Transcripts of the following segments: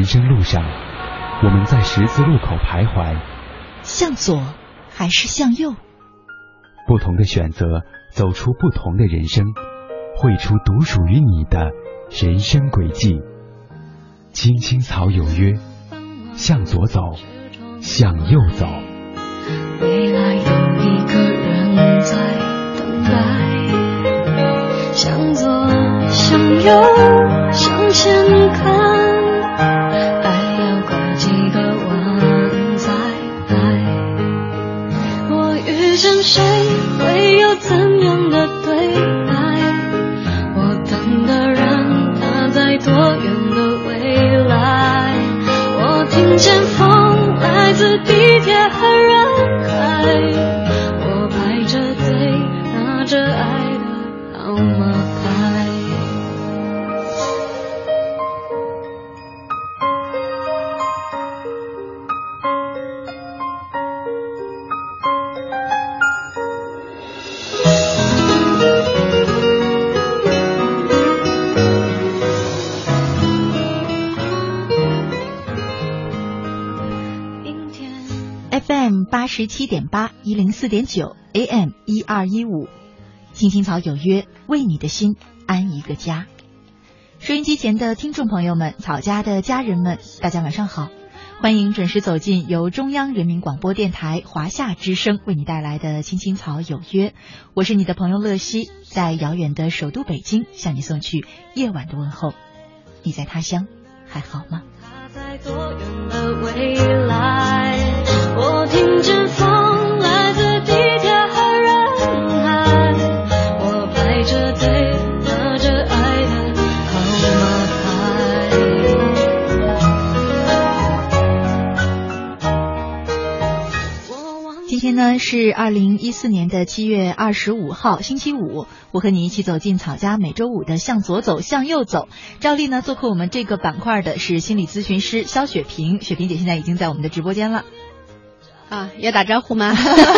生路上，我们在十字路口徘徊， 向左还是向右？ 不同的选择，走出不同的人生，绘出独属于你的人生轨迹。青青草有约，向左走，向右走。 未来有一个人在等待，向左向右向前看，爱要拐几个弯再来。我遇见谁会有怎样的对待？我等的人他在多远的未来？我听见风来自地铁和人海，我排着队拿着爱的号码牌。 FM 87.8 104.9 AM 1215，青青草有约，为你的心安一个家。收音机前的听众朋友们，草家的家人们，大家晚上好，欢迎准时走进由中央人民广播电台华夏之声为你带来的青青草有约，我是你的朋友乐西，在遥远的首都北京向你送去夜晚的问候。你在他乡还好吗？ 他在多远的未来？我听见风来自地铁和人海，我排着队拿着爱的号码牌。 今天呢是2014年的7月25号星期五，我和你一起走进草家每周五的向左走向右走。照例呢做客我们这个板块的是心理咨询师肖雪萍，雪萍姐现在已经在我们的直播间了。 啊，要打招呼吗？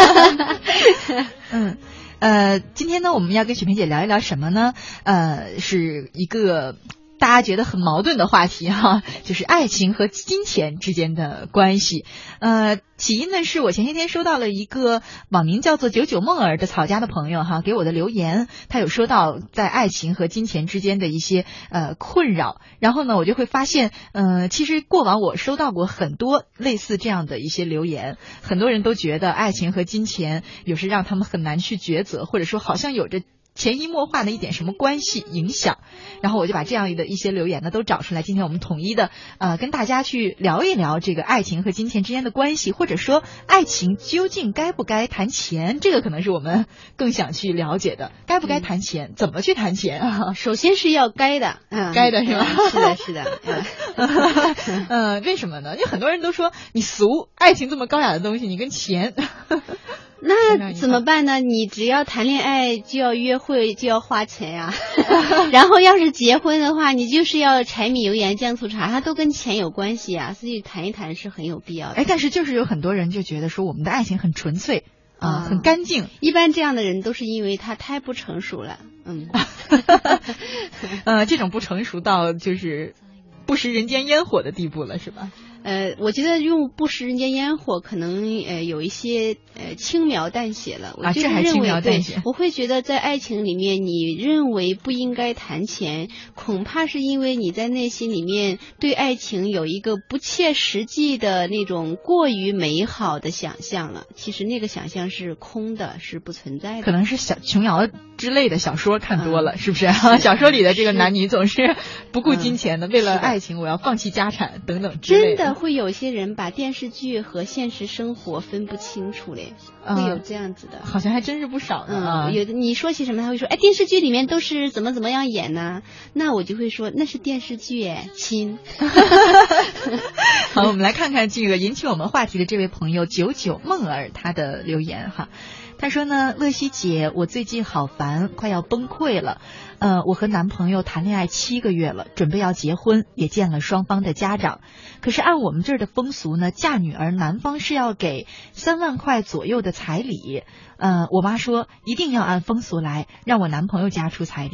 今天呢我们要跟雪萍姐聊一聊什么呢？是一个大家觉得很矛盾的话题哈，就是爱情和金钱之间的关系。起因呢是我前些天收到了一个网名叫做99梦儿的草家的朋友哈给我的留言，他有说到在爱情和金钱之间的一些困扰，然后呢我就会发现其实过往我收到过很多类似这样的一些留言，很多人都觉得爱情和金钱有时让他们很难去抉择，或者说好像有着潜移默化的一点什么关系影响，然后我就把这样的一些留言呢都找出来，今天我们统一的跟大家去聊一聊这个爱情和金钱之间的关系，或者说爱情究竟该不该谈钱，这个可能是我们更想去了解的，该不该谈钱，怎么去谈钱啊？ 首先是要该的， 该的是吧？ 是的， 为什么呢？就很多人都说你俗，爱情这么高雅的东西，你跟钱。 那怎么办呢？你只要谈恋爱就要约会就要花钱呀，然后要是结婚的话，你就是要柴米油盐酱醋茶，它都跟钱有关系啊，所以谈一谈是很有必要的。 但是就是有很多人就觉得说我们的爱情很纯粹很干净， 一般这样的人都是因为他太不成熟了。 这种不成熟到就是不食人间烟火的地步了，是吧？ 我觉得用不食人间烟火可能有一些轻描淡写了。我就是认为对，我会觉得在爱情里面，你认为不应该谈钱，恐怕是因为你在内心里面对爱情有一个不切实际的那种过于美好的想象了。其实那个想象是空的，是不存在的。 可能是琼瑶之类的小说看多了，是不是？小说里的这个男女总是不顾金钱的，为了爱情我要放弃家产等等之类的。 真的会有些人把电视剧和现实生活分不清楚嘞，会有这样子的， 好像还真是不少呢。 有的你说起什么，他会说，电视剧里面都是怎么样演呢？那我就会说，那是电视剧亲。 好，我们来看看这个引起我们话题的这位朋友99梦儿他的留言哈。他说呢，乐西姐，我最近好烦，快要崩溃了。我和男朋友谈恋爱7个月了，准备要结婚，也见了双方的家长。可是按我们这儿的风俗呢，嫁女儿男方是要给3万块左右的彩礼。我妈说一定要按风俗来，让我男朋友家出彩礼。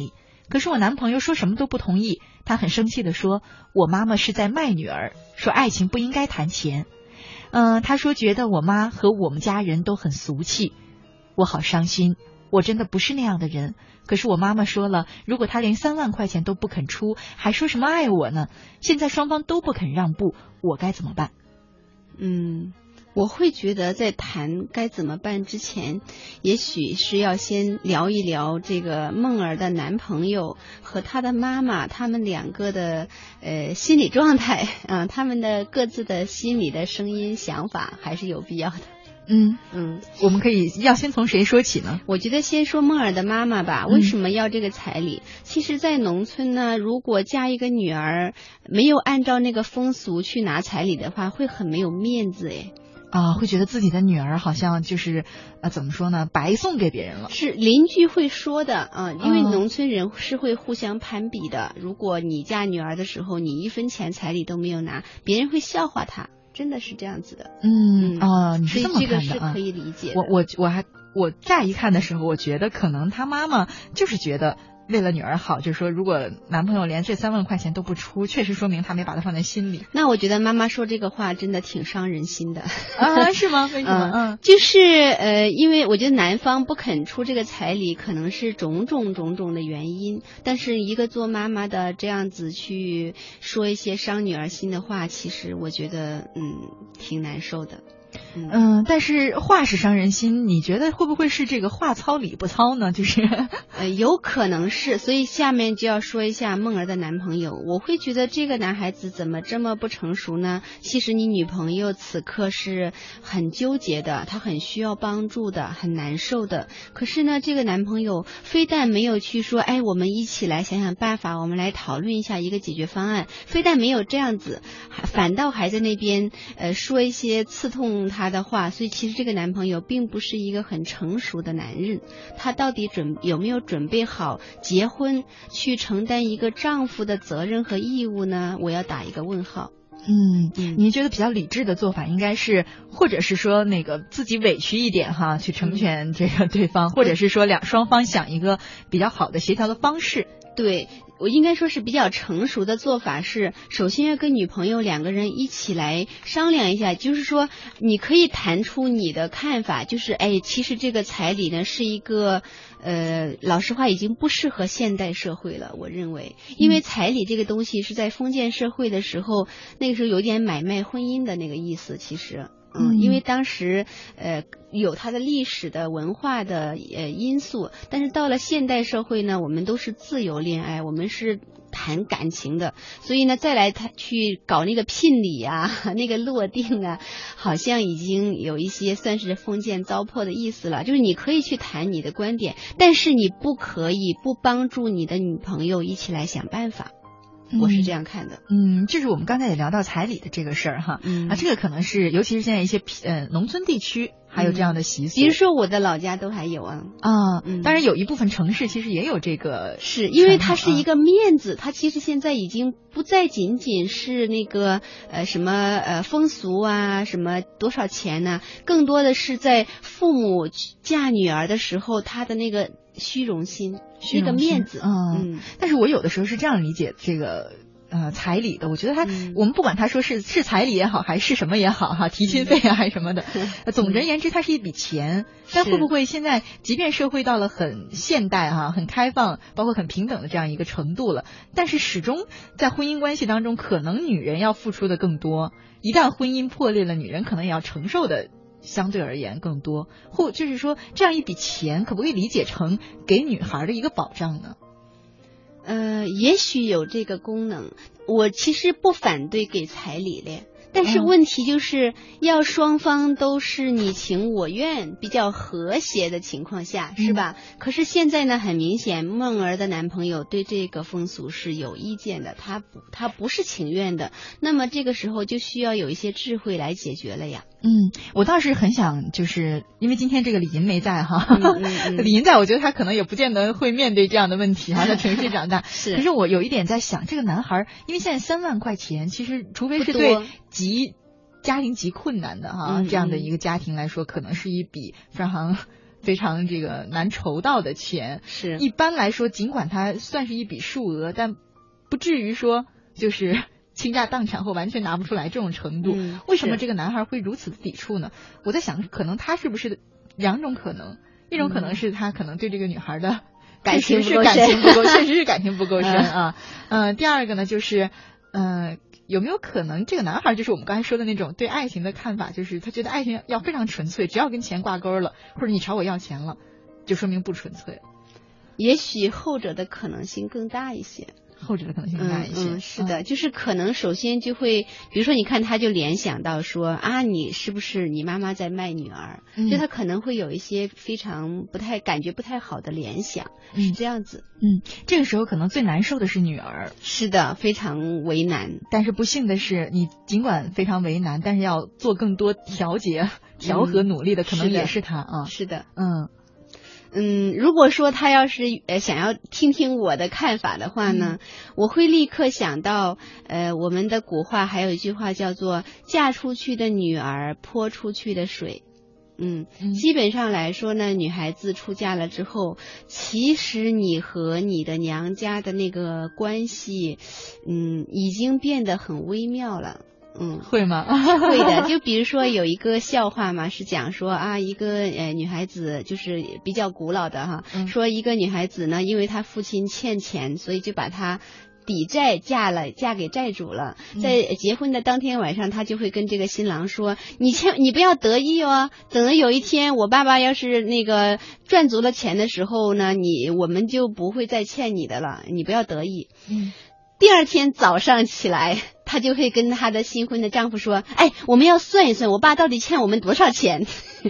可是我男朋友说什么都不同意，他很生气地说我妈妈是在卖女儿，说爱情不应该谈钱。他说觉得我妈和我们家人都很俗气，我好伤心，我真的不是那样的人。可是我妈妈说了，如果她连3万块钱都不肯出，还说什么爱我呢？现在双方都不肯让步，我该怎么办？ 我会觉得在谈该怎么办之前，也许是要先聊一聊这个梦儿的男朋友和他的妈妈，他们两个的心理状态啊，他们的各自的心理的声音想法还是有必要的。 我们要先从谁说起呢？ 我觉得先说梦儿的妈妈吧。为什么要这个彩礼？其实在农村呢，如果嫁一个女儿没有按照那个风俗去拿彩礼的话，会很没有面子会觉得自己的女儿好像就是怎么说呢，白送给别人了。 是邻居会说的因为农村人是会互相攀比的。如果你嫁女儿的时候，你1分钱彩礼都没有拿，别人会笑话她。真的是这样子的。 你是这么看的， 这个是可以理解的。 我乍一看的时候，我觉得可能他妈妈就是觉得为了女儿好，就是说如果男朋友连这3万块钱都不出，确实说明他没把它放在心里。 那我觉得妈妈说这个话真的挺伤人心的。 是吗？为什么？ 就是因为我觉得男方不肯出这个彩礼，可能是种种的原因。但是一个做妈妈的这样子去说一些伤女儿心的话，其实我觉得挺难受的。 但是话是伤人心，你觉得会不会是这个话糙理不糙呢？就是有可能是。所以下面就要说一下梦儿的男朋友。我会觉得这个男孩子怎么这么不成熟呢？其实你女朋友此刻是很纠结的，她很需要帮助的，很难受的。可是呢，这个男朋友非但没有去说我们一起来想想办法，我们来讨论一下一个解决方案，非但没有这样子，反倒还在那边说一些刺痛他的话。所以其实这个男朋友并不是一个很成熟的男人，他到底有没有准备好结婚去承担一个丈夫的责任和义务呢？我要打一个问号。 您觉得比较理智的做法应该是，或者是说那个自己委屈一点去成全这个对方，或者是说双方想一个比较好的协调的方式。 对，我应该说是比较成熟的做法是，首先要跟女朋友2个人一起来商量一下，就是说你可以谈出你的看法，就是其实这个彩礼呢是一个老实话已经不适合现代社会了，我认为。因为彩礼这个东西是在封建社会的时候，那个时候有点买卖婚姻的那个意思，其实因为当时有它的历史的文化的因素。但是到了现代社会呢，我们都是自由恋爱，我们是谈感情的，所以呢再来去搞那个聘礼啊，那个落定啊，好像已经有一些算是封建糟粕的意思了。就是你可以去谈你的观点，但是你不可以不帮助你的女朋友一起来想办法。我是这样看的。 就是我们刚才也聊到彩礼的这个事儿这个可能是尤其是现在一些农村地区还有这样的习俗。 比如说我的老家都还有当然有一部分城市其实也有这个， 是因为它是一个面子，它其实现在已经不再仅仅是那个什么风俗啊，什么多少钱呢，更多的是在父母嫁女儿的时候他的那个虚荣心，那个面子。 但是我有的时候是这样理解这个彩礼的，我觉得我们不管他说是彩礼也好，还是什么也好提亲费还是什么的，总而言之它是一笔钱。但会不会现在即便社会到了很现代很开放，包括很平等的这样一个程度了，但是始终在婚姻关系当中，可能女人要付出的更多，一旦婚姻破裂了，女人可能也要承受的相对而言更多，或就是说这样一笔钱可不可以理解成给女孩的一个保障呢？ 也许有这个功能，我其实不反对给彩礼嘞。但是问题就是要双方都是你情我愿，比较和谐的情况下，是吧？可是现在呢，很明显梦儿的男朋友对这个风俗是有意见的，他不是情愿的。那么这个时候就需要有一些智慧来解决了呀。 我倒是很想，就是因为今天这个李银没在李银在，我觉得他可能也不见得会面对这样的问题在城市长大。 是。 可是我有一点在想，这个男孩，因为现在3万块钱，其实除非是对家庭极困难的这样的一个家庭来说，可能是一笔非常非常这个难筹到的钱。 是， 一般来说，尽管它算是一笔数额，但不至于说就是倾家荡产或完全拿不出来这种程度。为什么这个男孩会如此的抵触呢？我在想，可能他是不是两种可能，一种可能是他可能对这个女孩的感情不够深，确实是感情不够深啊。第二个呢，就是有没有可能这个男孩就是我们刚才说的那种对爱情的看法，就是他觉得爱情要非常纯粹，只要跟钱挂钩了，或者你朝我要钱了，就说明不纯粹。 也许后者的可能性更大一些。 后者的可能性更大一些。 是的，就是可能首先就会，比如说你看他就联想到说啊，你是不是你妈妈在卖女儿？就他可能会有一些非常感觉不太好的联想，是这样子。 这个时候可能最难受的是女儿。 是的，非常为难。 但是不幸的是，你尽管非常为难，但是要做更多调节、调和努力的，可能也是他啊。 是的，如果说他要是想要听听我的看法的话呢，我会立刻想到我们的古话还有一句话叫做嫁出去的女儿泼出去的水。基本上来说呢，女孩子出嫁了之后，其实你和你的娘家的那个关系已经变得很微妙了。 会吗？ 会的。就比如说有一个笑话嘛，是讲说啊，一个女孩子，就是比较古老的哈，说一个女孩子呢，因为她父亲欠钱，所以就把她抵债嫁给债主了。在结婚的当天晚上，她就会跟这个新郎说，你不要得意哦，等到有一天我爸爸要是那个赚足了钱的时候呢，我们就不会再欠你的了，你不要得意。第二天早上起来，她就会跟她的新婚的丈夫说，我们要算一算我爸到底欠我们多少钱。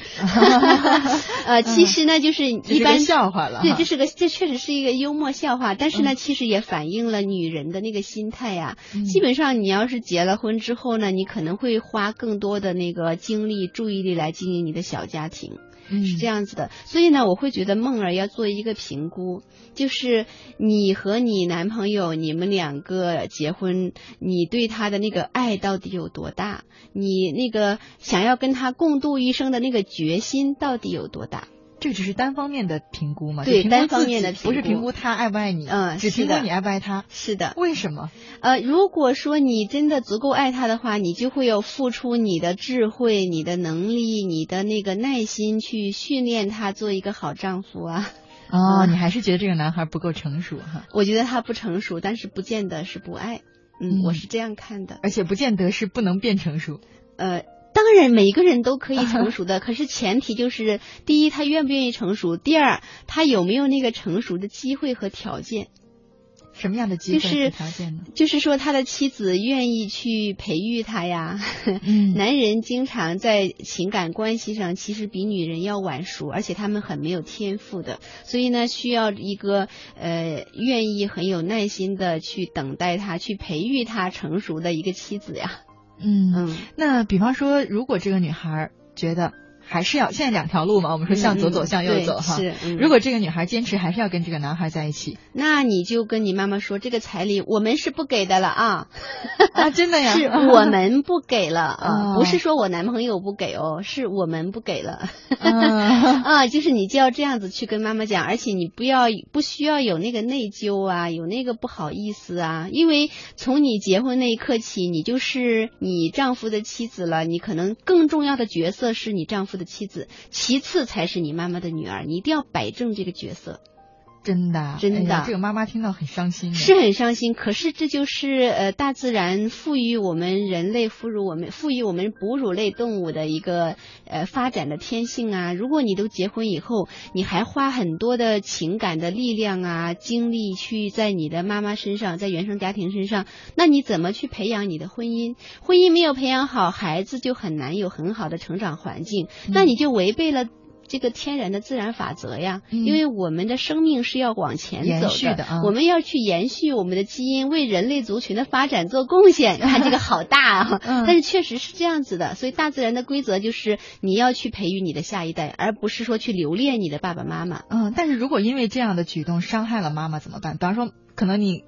其实呢就是一般笑话了。 对，这确实是一个幽默笑话，但是呢其实也反映了女人的那个心态呀。基本上你要是结了婚之后呢，你可能会花更多的那个精力注意力来经营你的小家庭。是这样子的。所以呢我会觉得梦儿要做一个评估，就是你和你男朋友你们两个结婚，你对他的那个爱到底有多大，你那个想要跟他共度一生的那个决心到底有多大。 这只是单方面的评估吗？ 对，单方面的评估， 不是评估他爱不爱你，只评估你爱不爱他。 是的。 为什么？ 如果说你真的足够爱他的话，你就会有付出你的智慧、你的能力、你的那个耐心去训练他做一个好丈夫啊。 你还是觉得这个男孩不够成熟哈？ 我觉得他不成熟，但是不见得是不爱。我是这样看的。 而且不见得是不能变成熟。 当然每一个人都可以成熟的，可是前提就是第一他愿不愿意成熟，第二他有没有那个成熟的机会和条件。 什么样的机会和条件呢？ 就是说他的妻子愿意去培育他呀。男人经常在情感关系上其实比女人要晚熟，而且他们很没有天赋的，所以呢需要一个愿意很有耐心的去等待他，去培育他成熟的一个妻子呀。 那比方说如果这个女孩觉得还是要，现在两条路嘛，我们说向左走向右走哈。如果这个女孩坚持还是要跟这个男孩在一起， 那你就跟你妈妈说，这个彩礼我们是不给的了啊。 真的呀？ 是我们不给了啊，不是说我男朋友不给哦，是我们不给了。就是你就要这样子去跟妈妈讲，而且你不需要有那个内疚啊，有那个不好意思啊，因为从你结婚那一刻起，你就是你丈夫的妻子了，你可能更重要的角色是你丈夫的妻子，其次才是你妈妈的女儿，你一定要摆正这个角色。 真的，这个妈妈听到很伤心， 是很伤心。可是这就是大自然赋予我们人类、赋予我们哺乳类动物的一个发展的天性啊。如果你都结婚以后，你还花很多的情感的力量啊、精力去在你的妈妈身上，在原生家庭身上，那你怎么去培养你的婚姻？婚姻没有培养好，孩子就很难有很好的成长环境，那你就违背了这个天然的自然法则呀。因为我们的生命是要往前走的，我们要去延续我们的基因，为人类族群的发展做贡献。看这个好大啊！但是确实是这样子的，所以大自然的规则就是你要去培育你的下一代，而不是说去留恋你的爸爸妈妈。 但是如果因为这样的举动伤害了妈妈怎么办？比方说可能你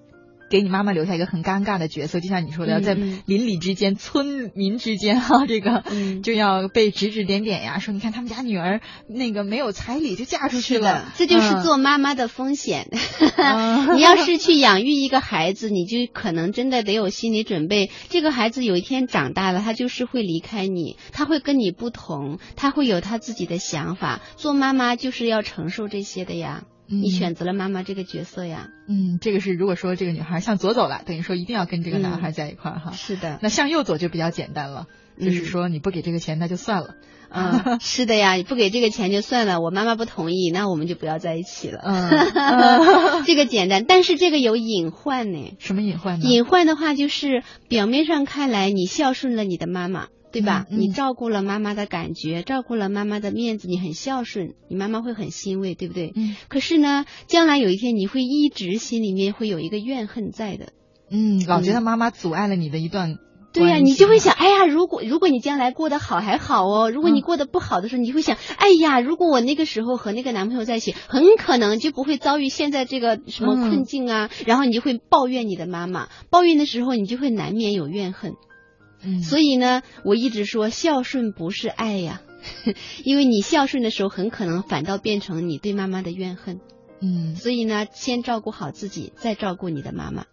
给你妈妈留下一个很尴尬的角色，就像你说的，在邻里之间、村民之间哈，这个就要被指指点点呀，说你看他们家女儿那个没有彩礼就嫁出去了， 这就是做妈妈的风险。你要是去养育一个孩子，你就可能真的得有心理准备，这个孩子有一天长大了，他就是会离开你，他会跟你不同，他会有他自己的想法。做妈妈就是要承受这些的呀。你选择了妈妈这个角色呀。 这个是如果说这个女孩向左走了，等于说一定要跟这个男孩在一块儿哈。 是的。 那向右走就比较简单了，就是说你不给这个钱那就算了。 是的呀，不给这个钱就算了，我妈妈不同意，那我们就不要在一起了。这个简单，但是这个有隐患呢。 什么隐患呢？ 隐患的话就是表面上看来你孝顺了你的妈妈，对吧？你照顾了妈妈的感觉，照顾了妈妈的面子，你很孝顺，你妈妈会很欣慰，对不对？可是呢，将来有一天你会一直心里面会有一个怨恨在的。 老觉得妈妈阻碍了你的一段。 对呀，你就会想，哎呀，如果你将来过得好还好哦，如果你过得不好的时候，你就会想，哎呀，如果我那个时候和那个男朋友在一起，很可能就不会遭遇现在这个什么困境啊，然后你就会抱怨你的妈妈，抱怨的时候你就会难免有怨恨。所以呢，我一直说孝顺不是爱呀，因为你孝顺的时候，很可能反倒变成你对妈妈的怨恨。所以呢，先照顾好自己，再照顾你的妈妈。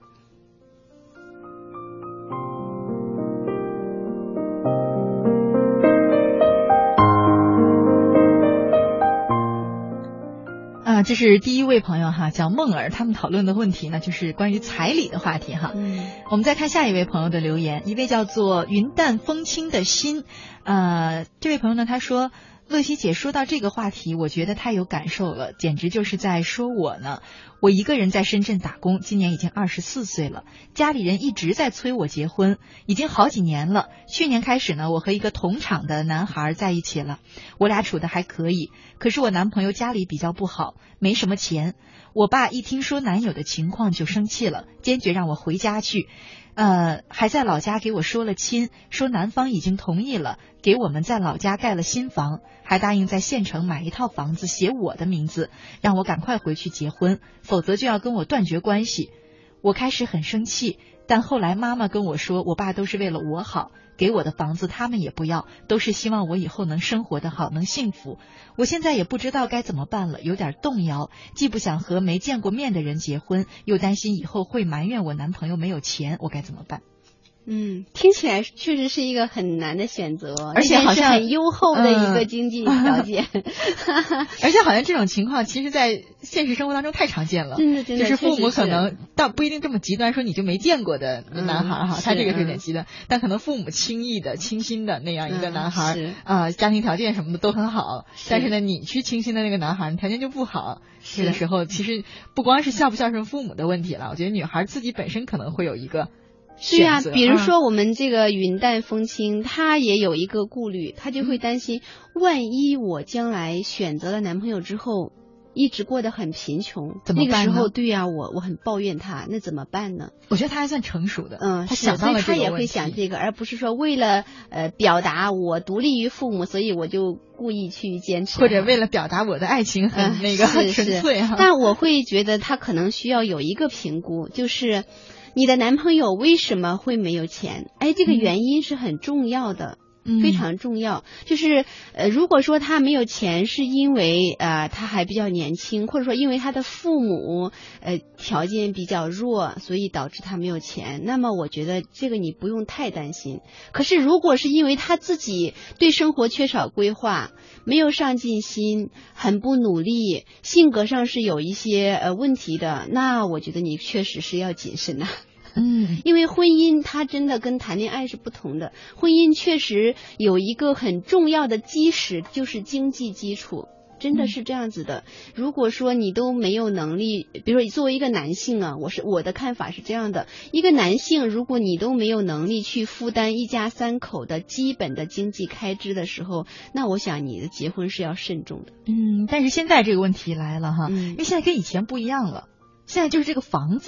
这是第一位朋友哈，叫梦儿，他们讨论的问题呢，就是关于彩礼的话题哈。我们再看下一位朋友的留言，一位叫做云淡风轻的心，这位朋友呢，他说，乐西姐说到这个话题，我觉得太有感受了，简直就是在说我呢。我一个人在深圳打工，今年已经24岁了，家里人一直在催我结婚，已经好几年了。去年开始呢，我和一个同厂的男孩在一起了，我俩处得还可以。可是我男朋友家里比较不好，没什么钱。我爸一听说男友的情况就生气了，坚决让我回家去。还在老家给我说了亲，说男方已经同意了，给我们在老家盖了新房，还答应在县城买一套房子写我的名字，让我赶快回去结婚，否则就要跟我断绝关系。我开始很生气，但后来妈妈跟我说，我爸都是为了我好，给我的房子他们也不要，都是希望我以后能生活得好，能幸福。我现在也不知道该怎么办了，有点动摇，既不想和没见过面的人结婚，又担心以后会埋怨我男朋友没有钱，我该怎么办？ 听起来确实是一个很难的选择， 而且好像很优厚的一个经济条件， 而且好像这种情况其实在现实生活当中太常见了， 真的就是父母可能倒不一定这么极端，说你就没见过的男孩哈，他这个是有点极端，但可能父母轻易的倾心的那样一个男孩家庭条件什么的都很好，但是呢你去倾心的那个男孩条件就不好，这个时候其实不光是孝不孝顺父母的问题了，我觉得女孩自己本身可能会有一个对啊，比如说我们这个云淡风轻，她也有一个顾虑，她就会担心，万一我将来选择了男朋友之后，一直过得很贫穷， 怎么办呢？ 那个时候，对啊，我很抱怨他，那怎么办呢？ 我觉得他还算成熟的， 他想到了这个问题， 所以他也会想这个，而不是说为了表达我独立于父母，所以我就故意去坚持， 或者为了表达我的爱情很那个很纯粹哈。 但我会觉得他可能需要有一个评估，就是你的男朋友为什么会没有钱？这个原因是很重要的。非常重要，就是如果说他没有钱是因为他还比较年轻，或者说因为他的父母条件比较弱，所以导致他没有钱，那么我觉得这个你不用太担心。可是如果是因为他自己对生活缺少规划，没有上进心，很不努力，性格上是有一些问题的，那我觉得你确实是要谨慎的。因为婚姻它真的跟谈恋爱是不同的，婚姻确实有一个很重要的基石，就是经济基础，真的是这样子的。如果说你都没有能力，比如说作为一个男性啊，我的看法是这样的，一个男性如果你都没有能力去负担一家三口的基本的经济开支的时候，那我想你的结婚是要慎重的。 但是现在这个问题来了哈，因为现在跟以前不一样了，现在就是这个房子啊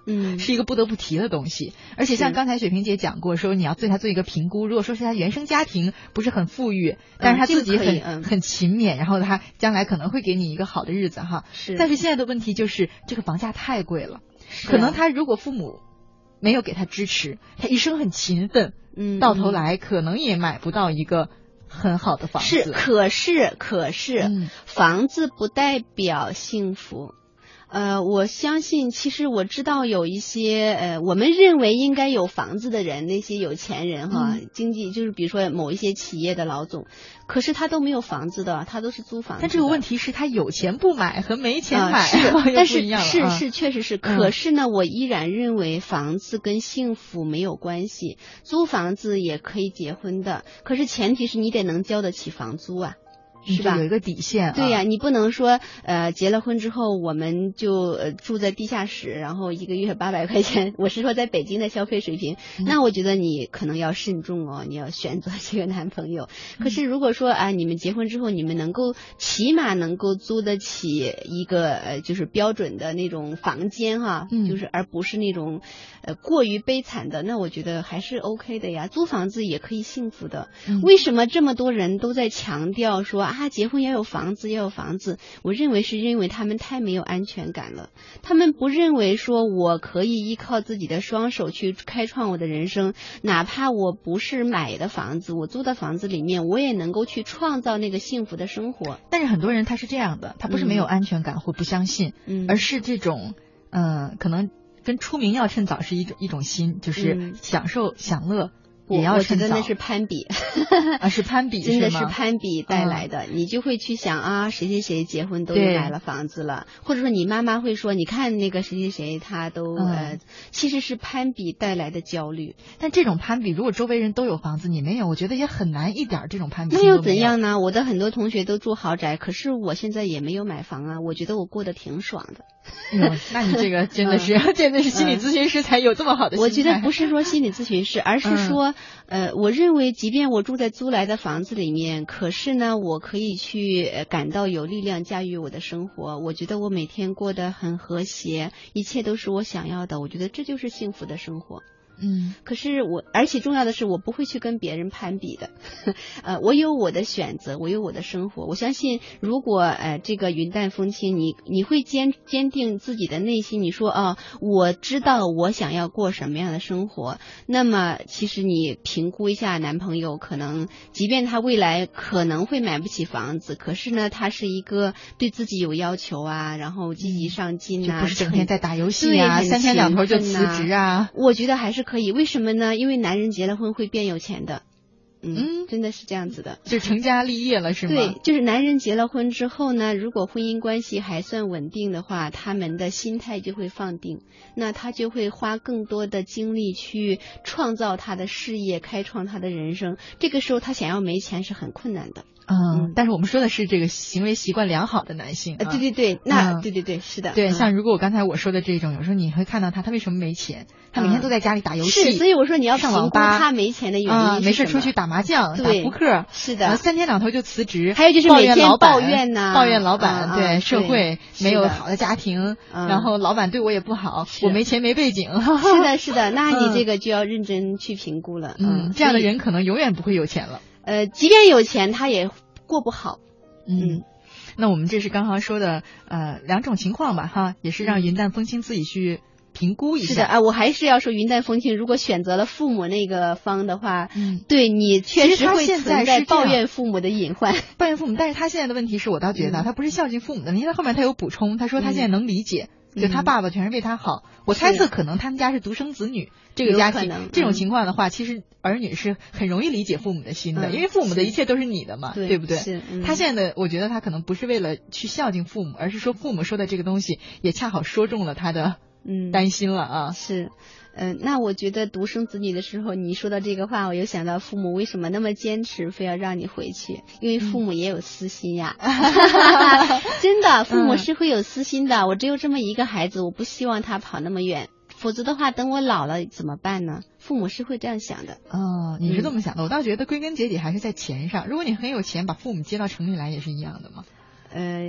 是一个不得不提的东西。而且像刚才雪萍姐讲过，说你要对他做一个评估，如果说是他原生家庭不是很富裕，但是他自己很勤勉，然后他将来可能会给你一个好的日子哈。但是现在的问题就是这个房价太贵了，可能他如果父母没有给他支持，他一生很勤奋，到头来可能也买不到一个很好的房子。 可是，房子不代表幸福。我相信，其实我知道有一些我们认为应该有房子的人，那些有钱人哈，经济就是比如说某一些企业的老总，可是他都没有房子的，他都是租房子的。 但这个问题是他有钱不买和没钱买， 但是是确实是。可是呢，我依然认为房子跟幸福没有关系，租房子也可以结婚的，可是前提是你得能交得起房租啊。是吧？ 有一个底线。 对呀，你不能说结了婚之后我们就住在地下室，然后一个月800块钱。我是说在北京的消费水平，那我觉得你可能要慎重哦，你要选择这个男朋友。可是如果说你们结婚之后，你们起码能够租得起一个就是标准的那种房间哈，就是而不是那种过于悲惨的，那我觉得还是 OK 的呀。租房子也可以幸福的。为什么这么多人都在强调说结婚要有房子，要有房子？我认为是因为他们太没有安全感了。他们不认为说我可以依靠自己的双手去开创我的人生，哪怕我不是买的房子，我租的房子里面，我也能够去创造那个幸福的生活。 但是很多人他是这样的，他不是没有安全感或不相信，而是这种可能跟出名要趁早是一种心，就是享受享乐。也要趁早。 我觉得那是攀比是攀比， 真的是攀比带来的。你就会去想谁谁谁结婚都买了房子了，或者说你妈妈会说你看那个谁谁谁他都其实是攀比带来的焦虑。 但这种攀比如果周围人都有房子你没有，我觉得也很难一点这种攀比。 那又怎样呢？我的很多同学都住豪宅，可是我现在也没有买房啊，我觉得我过得挺爽的。 那你这个真的是心理咨询师才有这么好的心态。 我觉得不是说心理咨询师，而是说我认为即便我住在租来的房子里面，可是呢我可以去感到有力量驾驭我的生活，我觉得我每天过得很和谐，一切都是我想要的，我觉得这就是幸福的生活。可是而且重要的是我不会去跟别人攀比的我有我的选择，我有我的生活。我相信如果这个云淡风轻，你会坚定自己的内心，你说我知道我想要过什么样的生活，那么其实你评估一下男朋友，可能即便他未来可能会买不起房子，可是呢他是一个对自己有要求然后积极上进就不是整天在打游戏3天2头就辞职我觉得还是可以。为什么呢？因为男人结了婚会变有钱的。真的是这样子的， 就成家立业了是吗？ 对，就是男人结了婚之后呢，如果婚姻关系还算稳定的话，他们的心态就会放定，那他就会花更多的精力去创造他的事业，开创他的人生。这个时候他想要没钱是很困难的。 但是我们说的是这个行为习惯良好的男性对对对，那对对对，是的。 对，像如果我刚才我说的这种，有时候你会看到他为什么没钱？他每天都在家里打游戏。 是，所以我说你要评估他没钱的原因。 没事出去打麻将、打扑克。 是的。 3天2头就辞职。 还有就是每天抱怨老板，对社会没有好的家庭，然后老板对我也不好，我没钱没背景。 是的，是的，那你这个就要认真去评估了。 这样的人可能永远不会有钱了。 即便有钱他也过不好。 那我们这是刚刚说的2种情况吧哈，也是让云淡风轻自己去评估一下。 是的我还是要说云淡风轻，如果选择了父母那个方的话，对你确实会存在抱怨父母的隐患。 抱怨父母，但是他现在的问题是我倒觉得他不是孝敬父母的问题，他后面他有补充，他说他现在能理解。就他爸爸全是为他好，我猜测可能他们家是独生子女，这个家庭这种情况的话，其实儿女是很容易理解父母的心的，因为父母的一切都是你的嘛，对不对？他现在的我觉得他可能不是为了去孝敬父母，而是说父母说的这个东西也恰好说中了他的担心了啊。 是。那我觉得独生子女的时候，你说到这个话，我又想到父母为什么那么坚持非要让你回去，因为父母也有私心呀。真的，父母是会有私心的。我只有这么一个孩子，我不希望他跑那么远，否则的话等我老了怎么办呢？父母是会这样想的。 你是这么想的。我倒觉得归根结底还是在钱上，如果你很有钱，把父母接到城里来也是一样的嘛。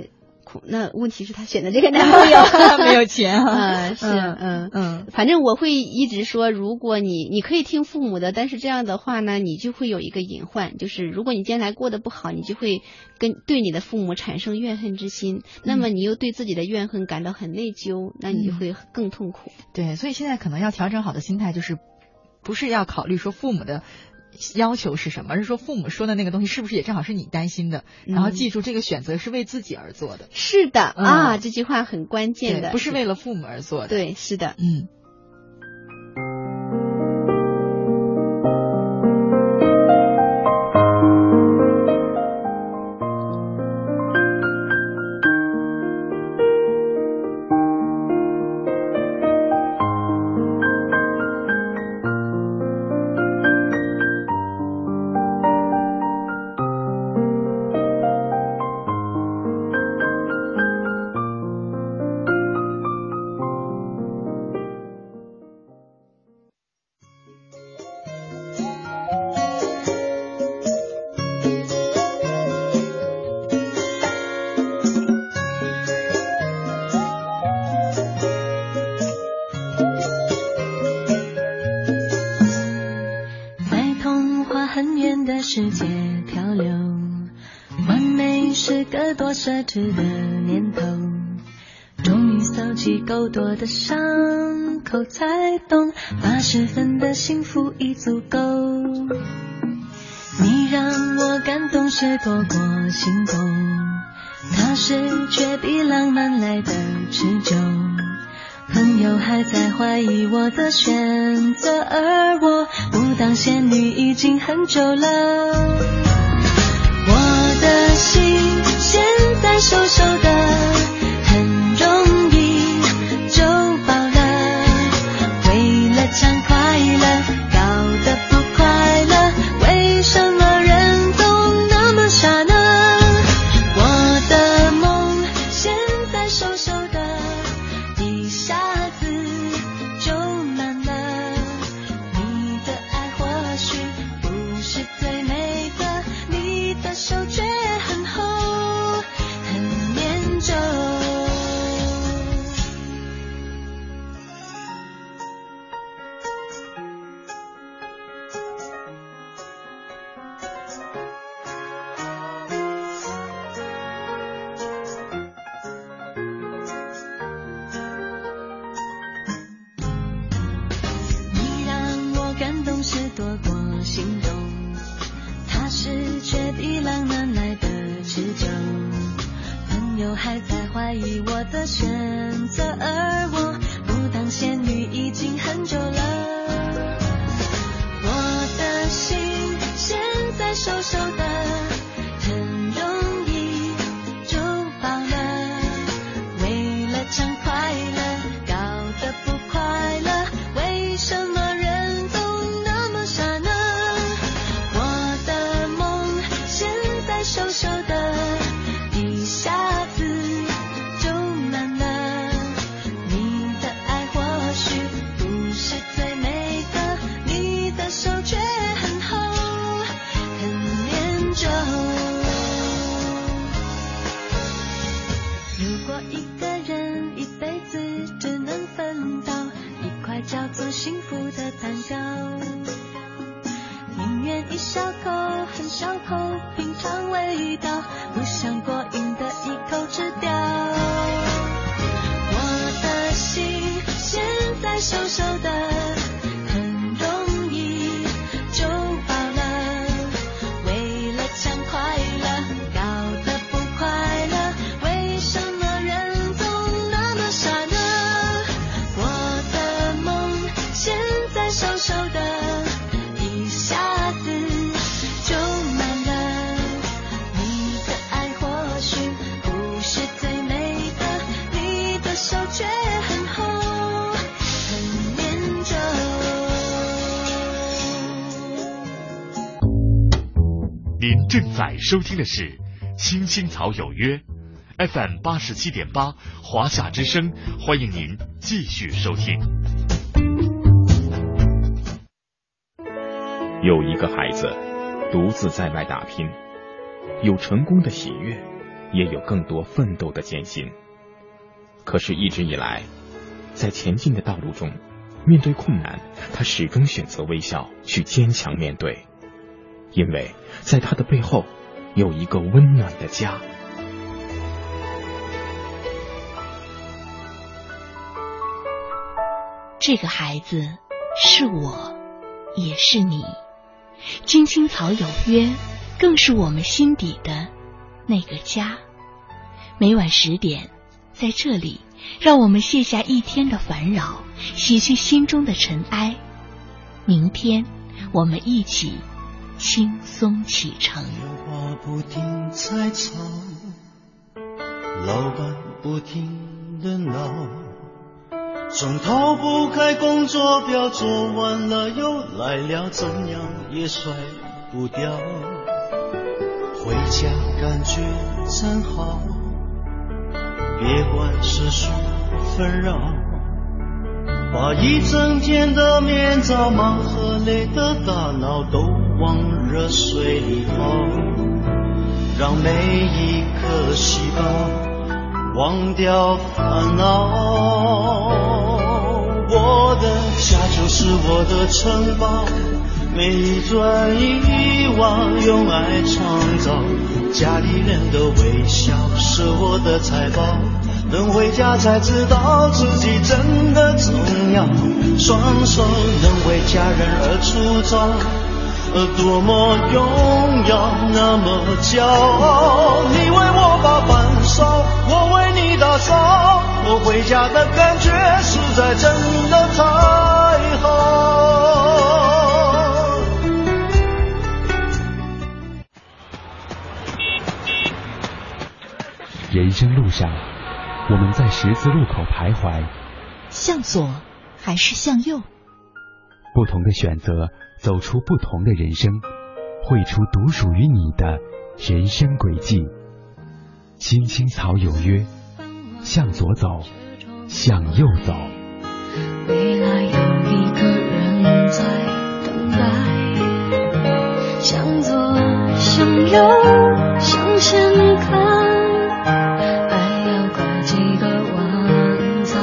苦。那问题是她选的这个男朋友没有钱反正我会一直说，如果你可以听父母的，但是这样的话呢，你就会有一个隐患，就是如果你将来过得不好，你就会对你的父母产生怨恨之心，那么你又对自己的怨恨感到很内疚，那你就会更痛苦。 对，所以现在可能要调整好的心态，就是不是要考虑说父母的要求是什么，而是说父母说的那个东西是不是也正好是你担心的，然后记住这个选择是为自己而做的。 是的这句话很关键的， 不是为了父母而做的。 对，是的。 世界漂流，完美是个多奢侈的念头，终于搜集够多的伤口，才懂80分的幸福已足够。你让我感动是多过心动，踏实却比浪漫来的持久，朋友还在怀疑我的选择，而我不当仙女已经很久了。我的心现在瘦瘦的，很容易就饱了，为了抢快乐搞得不快乐，为什么人都那么傻呢？我的梦现在瘦瘦的，一下子就满了，你的爱或许不是最美的，你的手却很厚很念旧。你让我感动是多过心动，踏实却比浪漫来的持久，朋友还在怀疑我的选择，而我不当仙女已经很久了。我的心现在瘦瘦的，很容易就饱了，为了抢快乐搞得不快乐，为什么人都那么傻呢？我的梦现在瘦瘦的，一下子就满了，你的爱或许不是最美的，你的手却很厚很念旧。如果一个人一辈子只能分到一块叫做幸福的蛋糕，宁愿一小口很小口品尝味道，不想过瘾的一口吃掉。我的心现在瘦瘦的，很容易就饱了，为了抢快乐搞得不快乐，为什么人总那么傻呢？我的梦现在瘦瘦的，一下子就满了，你的爱或许不是最美的，你的手却很厚很念旧。 您正在收听的是青青草有约 FM 87.8华夏之声，欢迎您继续收听。 有一个孩子独自在外打拼，有成功的喜悦， 也有更多奋斗的艰辛。可是一直以来，在前进的道路中，面对困难，他始终选择微笑，去坚强面对，因为在他的背后有一个温暖的家。 这个孩子是我，也是你。青青草有约，更是我们心底的那个家。每晚10点，在这里，让我们卸下一天的烦扰，洗去心中的尘埃。明天，我们一起轻松启程。 电话不停在吵，老板不停地闹，总逃不开工作表，做完了又来了，怎样也甩不掉。回家感觉真好，别管世俗纷扰，把一整天的面罩、忙和累的大脑都往热水里泡，让每一颗细胞忘掉烦恼。我的家就是我的城堡，每一砖一瓦用爱创造，家里人的微笑是我的财宝，等回家才知道自己真的重要，双手能为家人而出招，多么荣耀，那么骄傲。你为我把饭烧，我为你打扫，我回家的感觉实在真的太好。 人生路上，我们在十字路口徘徊， 向左还是向右？ 不同的选择，走出不同的人生，绘出独属于你的人生轨迹。青青草有约，向左走，向右走。 未来有一个人在等待，向左向右向前看，爱要过几个弯再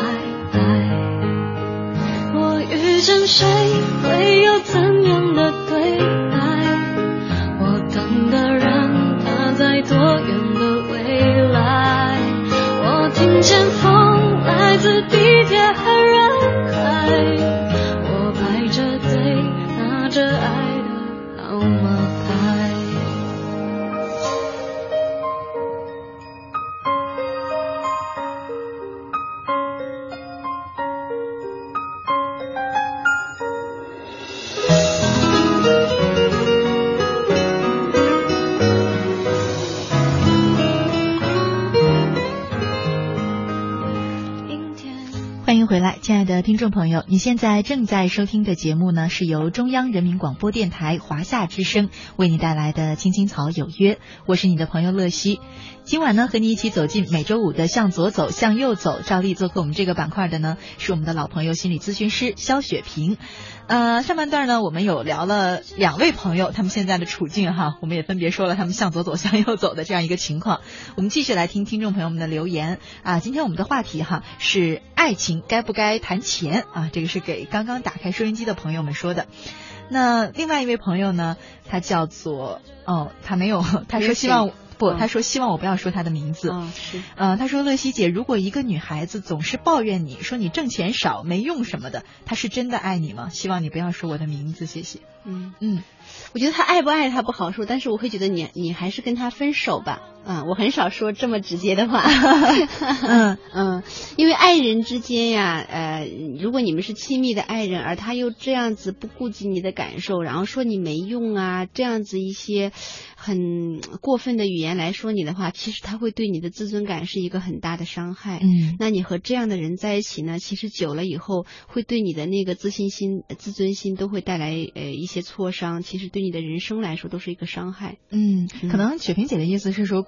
来。我遇见谁会有怎样的对待，我等的人他在多远的未来，我听见风来自地铁和人海，我排着队拿着爱的号码牌。 欢迎回来，亲爱的听众朋友，你现在正在收听的节目呢，是由中央人民广播电台华夏之声为你带来的青青草有约，我是你的朋友乐西。今晚呢，和你一起走进每周五的向左走向右走，照例做客我们这个板块的呢，是我们的老朋友心理咨询师肖雪萍。上半段呢，我们有聊了2位朋友他们现在的处境哈，我们也分别说了他们向左走向右走的这样一个情况。我们继续来听听众朋友们的留言啊。今天我们的话题哈是爱情该不该谈钱啊，这个是给刚刚打开收音机的朋友们说的。那另外一位朋友呢，他叫做他没有，他说希望他说希望我不要说他的名字。他说乐西姐，如果一个女孩子总是抱怨你说你挣钱少没用什么的，她是真的爱你吗？希望你不要说我的名字，谢谢。 我觉得他爱不爱他不好说，但是我会觉得你还是跟他分手吧。我很少说这么直接的话。因为爱人之间呀，如果你们是亲密的爱人，而他又这样子不顾及你的感受，然后说你没用啊，这样子一些很过分的语言来说你的话，其实他会对你的自尊感是一个很大的伤害。那你和这样的人在一起呢，其实久了以后会对你的那个自信心、自尊心都会带来一些挫伤，其实对你的人生来说都是一个伤害。 可能雪萍姐的意思是说，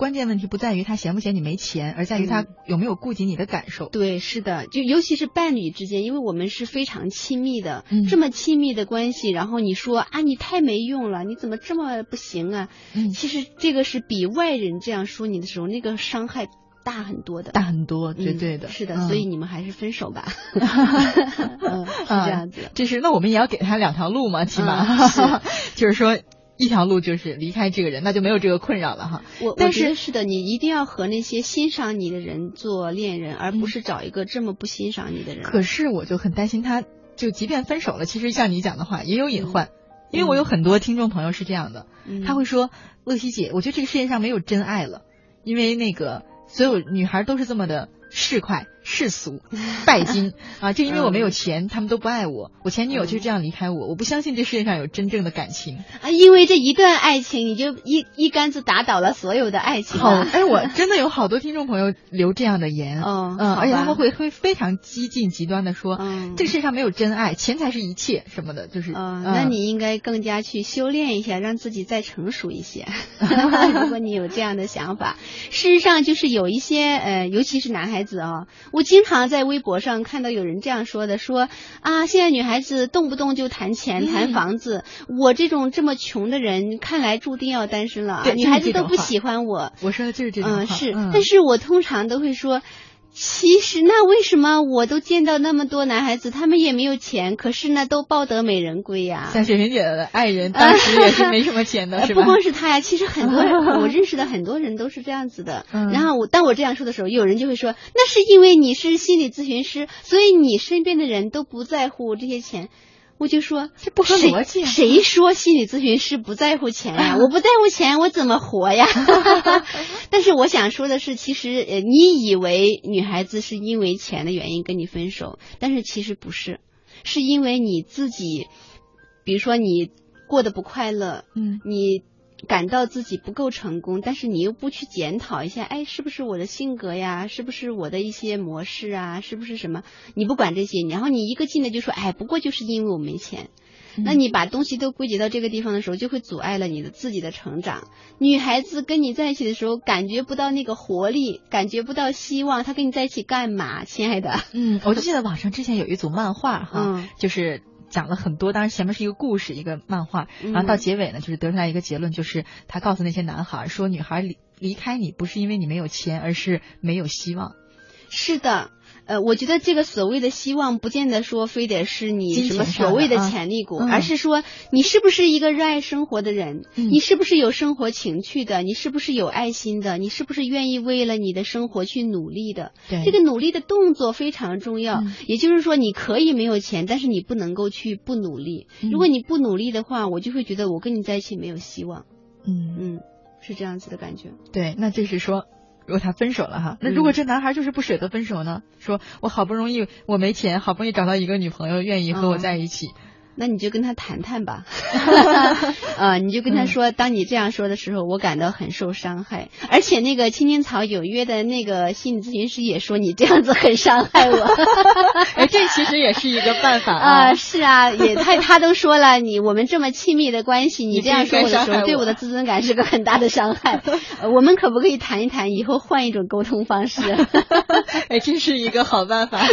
关键问题不在于他嫌不嫌你没钱，而在于他有没有顾及你的感受。 对，是的，就尤其是伴侣之间，因为我们是非常亲密的，这么亲密的关系，然后你说啊，你太没用了，你怎么这么不行啊？其实这个是比外人这样说你的时候，那个伤害大很多的， 大很多，绝对的。 是的，所以你们还是分手吧。是这样子。 那我们也要给他2条路嘛，起码，就是说。一条路就是离开这个人，那就没有这个困扰了哈。 但是是的，你一定要和那些欣赏你的人做恋人，而不是找一个这么不欣赏你的人。 可是我就很担心他，就即便分手了，其实像你讲的话也有隐患，因为我有很多听众朋友是这样的，他会说乐西姐，我觉得这个世界上没有真爱了，因为那个所有女孩都是这么的市侩、世俗、拜金啊！就因为我没有钱，他们都不爱我。我前女友就这样离开我，我不相信这世界上有真正的感情啊！因为这一段爱情，你就一竿子打倒了所有的爱情。 我真的有好多听众朋友留这样的言，而且他们会非常激进、极端的说，这个世界上没有真爱，钱才是一切什么的，就是。 那你应该更加去修炼一下，让自己再成熟一些。如果你有这样的想法，事实上就是有一些尤其是男孩子啊。我经常在微博上看到有人这样说的，说啊，现在女孩子动不动就谈钱、谈房子，我这么穷的人，看来注定要单身了。女孩子都不喜欢我。 我说的就是这种话。 但是我通常都会说。其实那为什么我都见到那么多男孩子，他们也没有钱，可是呢都抱得美人归呀。 像雪萍姐的爱人当时也是没什么钱的，是吧？ 不光是他呀，其实很多人我认识的很多人都是这样子的。然后当我这样说的时候，有人就会说，那是因为你是心理咨询师，所以你身边的人都不在乎这些钱。我就说这不合逻辑。 谁说心理咨询师不在乎钱呀？我不在乎钱，我怎么活呀？但是我想说的是，其实你以为女孩子是因为钱的原因跟你分手，但是其实不是，是因为你自己，比如说你过得不快乐，你感到自己不够成功，但是你又不去检讨一下，哎，是不是我的性格呀？是不是我的一些模式啊？是不是什么？你不管这些，然后你一个劲的就说，哎，不过就是因为我没钱。那你把东西都归结到这个地方的时候，就会阻碍了你的自己的成长。女孩子跟你在一起的时候，感觉不到那个活力，感觉不到希望，她跟你在一起干嘛，亲爱的？ 我就记得网上之前有一组漫画哈，就是讲了很多，当然前面是一个故事，一个漫画，然后到结尾呢，就是得出来一个结论，就是他告诉那些男孩说，女孩离开你不是因为你没有钱，而是没有希望。 是的。我觉得这个所谓的希望，不见得说非得是你什么所谓的潜力股，而是说你是不是一个热爱生活的人，你是不是有生活情趣的，你是不是有爱心的，你是不是愿意为了你的生活去努力的。这个努力的动作非常重要。也就是说，你可以没有钱，但是你不能够去不努力。如果你不努力的话，我就会觉得我跟你在一起没有希望。是这样子的感觉。 对，那就是说。如果他分手了哈，那如果这男孩就是不舍得分手呢？说我好不容易我没钱，好不容易找到一个女朋友愿意和我在一起， 那你就跟他谈谈吧。你就跟他说，当你这样说的时候，我感到很受伤害。而且那个青青草有约的那个心理咨询师也说你这样子很伤害我。 这其实也是一个办法啊。 是啊，他都说了，我们这么亲密的关系，你这样说我的时候，对我的自尊感是个很大的伤害。我们可不可以谈一谈，以后换一种沟通方式？ 真是一个好办法。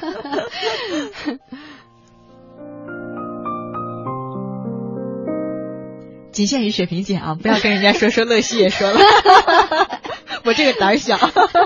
仅限于雪萍姐啊，不要跟人家说乐西也说了。我这个胆小。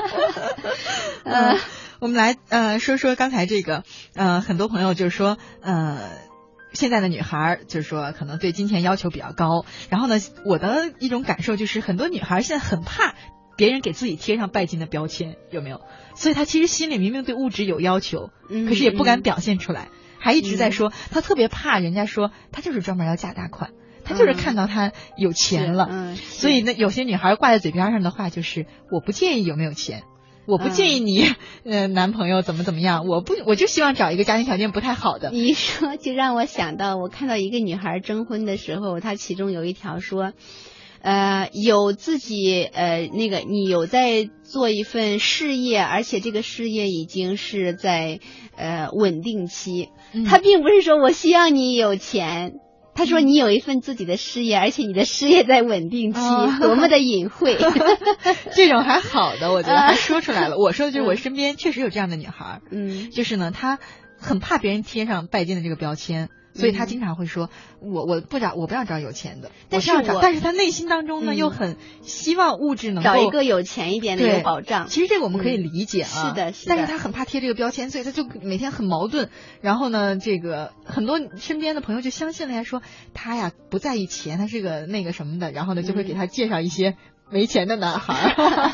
我们来说说刚才这个很多朋友就是说现在的女孩就是说可能对金钱要求比较高，然后呢我的一种感受就是很多女孩现在很怕别人给自己贴上拜金的标签，有没有？所以她其实心里明明对物质有要求，可是也不敢表现出来，还一直在说她特别怕人家说她就是专门要嫁大款，她就是看到她有钱了。所以呢有些女孩挂在嘴边上的话就是我不介意有没有钱，我不介意你男朋友怎么样，我就希望找一个家庭条件不太好的。 你一说就让我想到，我看到一个女孩征婚的时候，她其中有一条说有自己你有在做一份事业，而且这个事业已经是在稳定期。她并不是说我希望你有钱， 他说你有一份自己的事业，而且你的事业在稳定期，多么的隐晦。 这种还好的，我觉得他说出来了。我说的就是我身边确实有这样的女孩，就是呢，她很怕别人贴上拜金的这个标签。所以他经常会说，我不要找有钱的，但是他内心当中呢，又很希望物质能够找一个有钱一点的有保障。 其实这个我们可以理解啊， 是的， 但是他很怕贴这个标签，所以他就每天很矛盾。然后呢，这个很多身边的朋友就相信了，还说他呀不在意钱，他是个那个什么的，然后呢就会给他介绍一些没钱的男孩。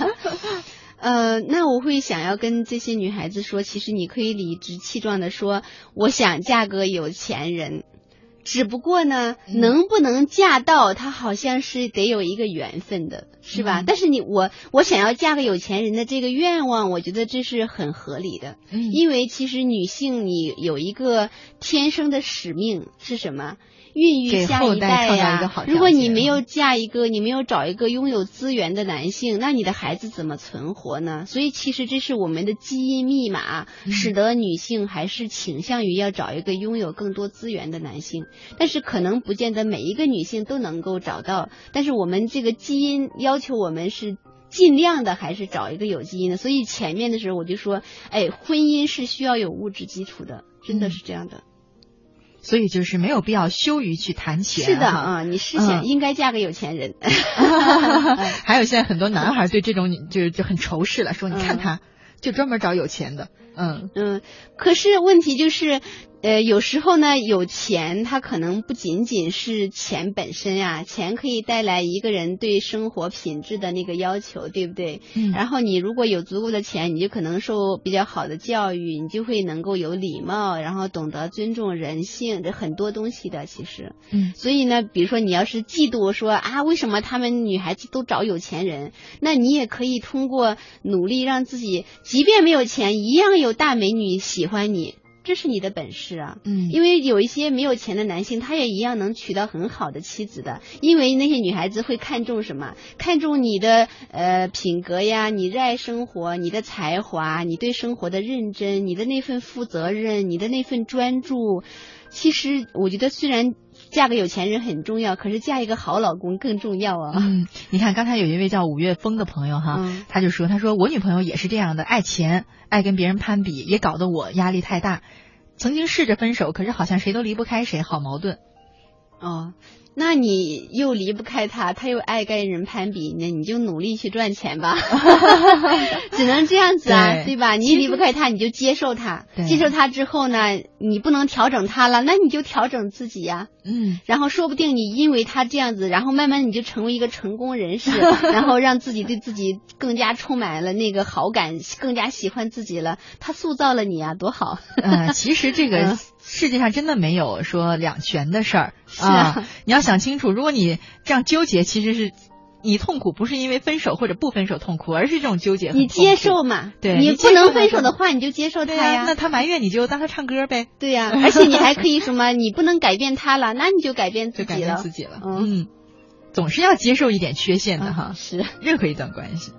那我会想要跟这些女孩子说，其实你可以理直气壮的说，我想嫁个有钱人，只不过呢，能不能嫁到，他好像是得有一个缘分的，是吧？但是我想要嫁个有钱人的这个愿望，我觉得这是很合理的，因为其实女性你有一个天生的使命是什么？孕育下一代呀。如果你没有你没有找一个拥有资源的男性，那你的孩子怎么存活呢？所以其实这是我们的基因密码，使得女性还是倾向于要找一个拥有更多资源的男性。但是可能不见得每一个女性都能够找到，但是我们这个基因要求我们是尽量的还是找一个有基因的。所以前面的时候我就说，婚姻是需要有物质基础的，真的是这样的。 所以就是没有必要羞于去谈钱。 是的啊，你是想应该嫁个有钱人。 还有现在很多男孩对这种就很仇视了，说你看他就专门找有钱的。 可是问题就是有时候呢，有钱它可能不仅仅是钱本身啊，钱可以带来一个人对生活品质的那个要求，对不对？然后你如果有足够的钱，你就可能受比较好的教育，你就会能够有礼貌，然后懂得尊重人性，这很多东西的其实。所以呢，比如说你要是嫉妒说啊，为什么他们女孩子都找有钱人，那你也可以通过努力让自己即便没有钱一样有大美女喜欢你，这是你的本事啊。因为有一些没有钱的男性，他也一样能娶到很好的妻子的，因为那些女孩子会看重什么？看重你的品格呀，你热爱生活，你的才华，你对生活的认真，你的那份负责任，你的那份专注。其实我觉得虽然嫁个有钱人很重要，可是嫁一个好老公更重要啊。 你看刚才有一位叫五月风的朋友哈，他说我女朋友也是这样的，爱钱，爱跟别人攀比，也搞得我压力太大。曾经试着分手，可是好像谁都离不开谁，好矛盾。 那你又离不开他，他又爱跟人攀比，那你就努力去赚钱吧。只能这样子啊，对吧？你离不开他，你就接受他，接受他之后呢，你不能调整他了，那你就调整自己呀。然后说不定你因为他这样子，然后慢慢你就成为一个成功人士，然后让自己对自己更加充满了那个好感，更加喜欢自己了。他塑造了你啊，多好。 其实这个世界上真的没有说两全的事儿啊，你要想清楚，如果你这样纠结，其实是你痛苦不是因为分手或者不分手痛苦，而是这种纠结很痛苦。 你接受嘛？ 对， 你不能分手的话，你就接受他呀。 那他埋怨你就当他唱歌呗。 对呀，而且你还可以什么？你不能改变他了，那你就改变自己了。 总是要接受一点缺陷的哈。 是， 任何一段关系。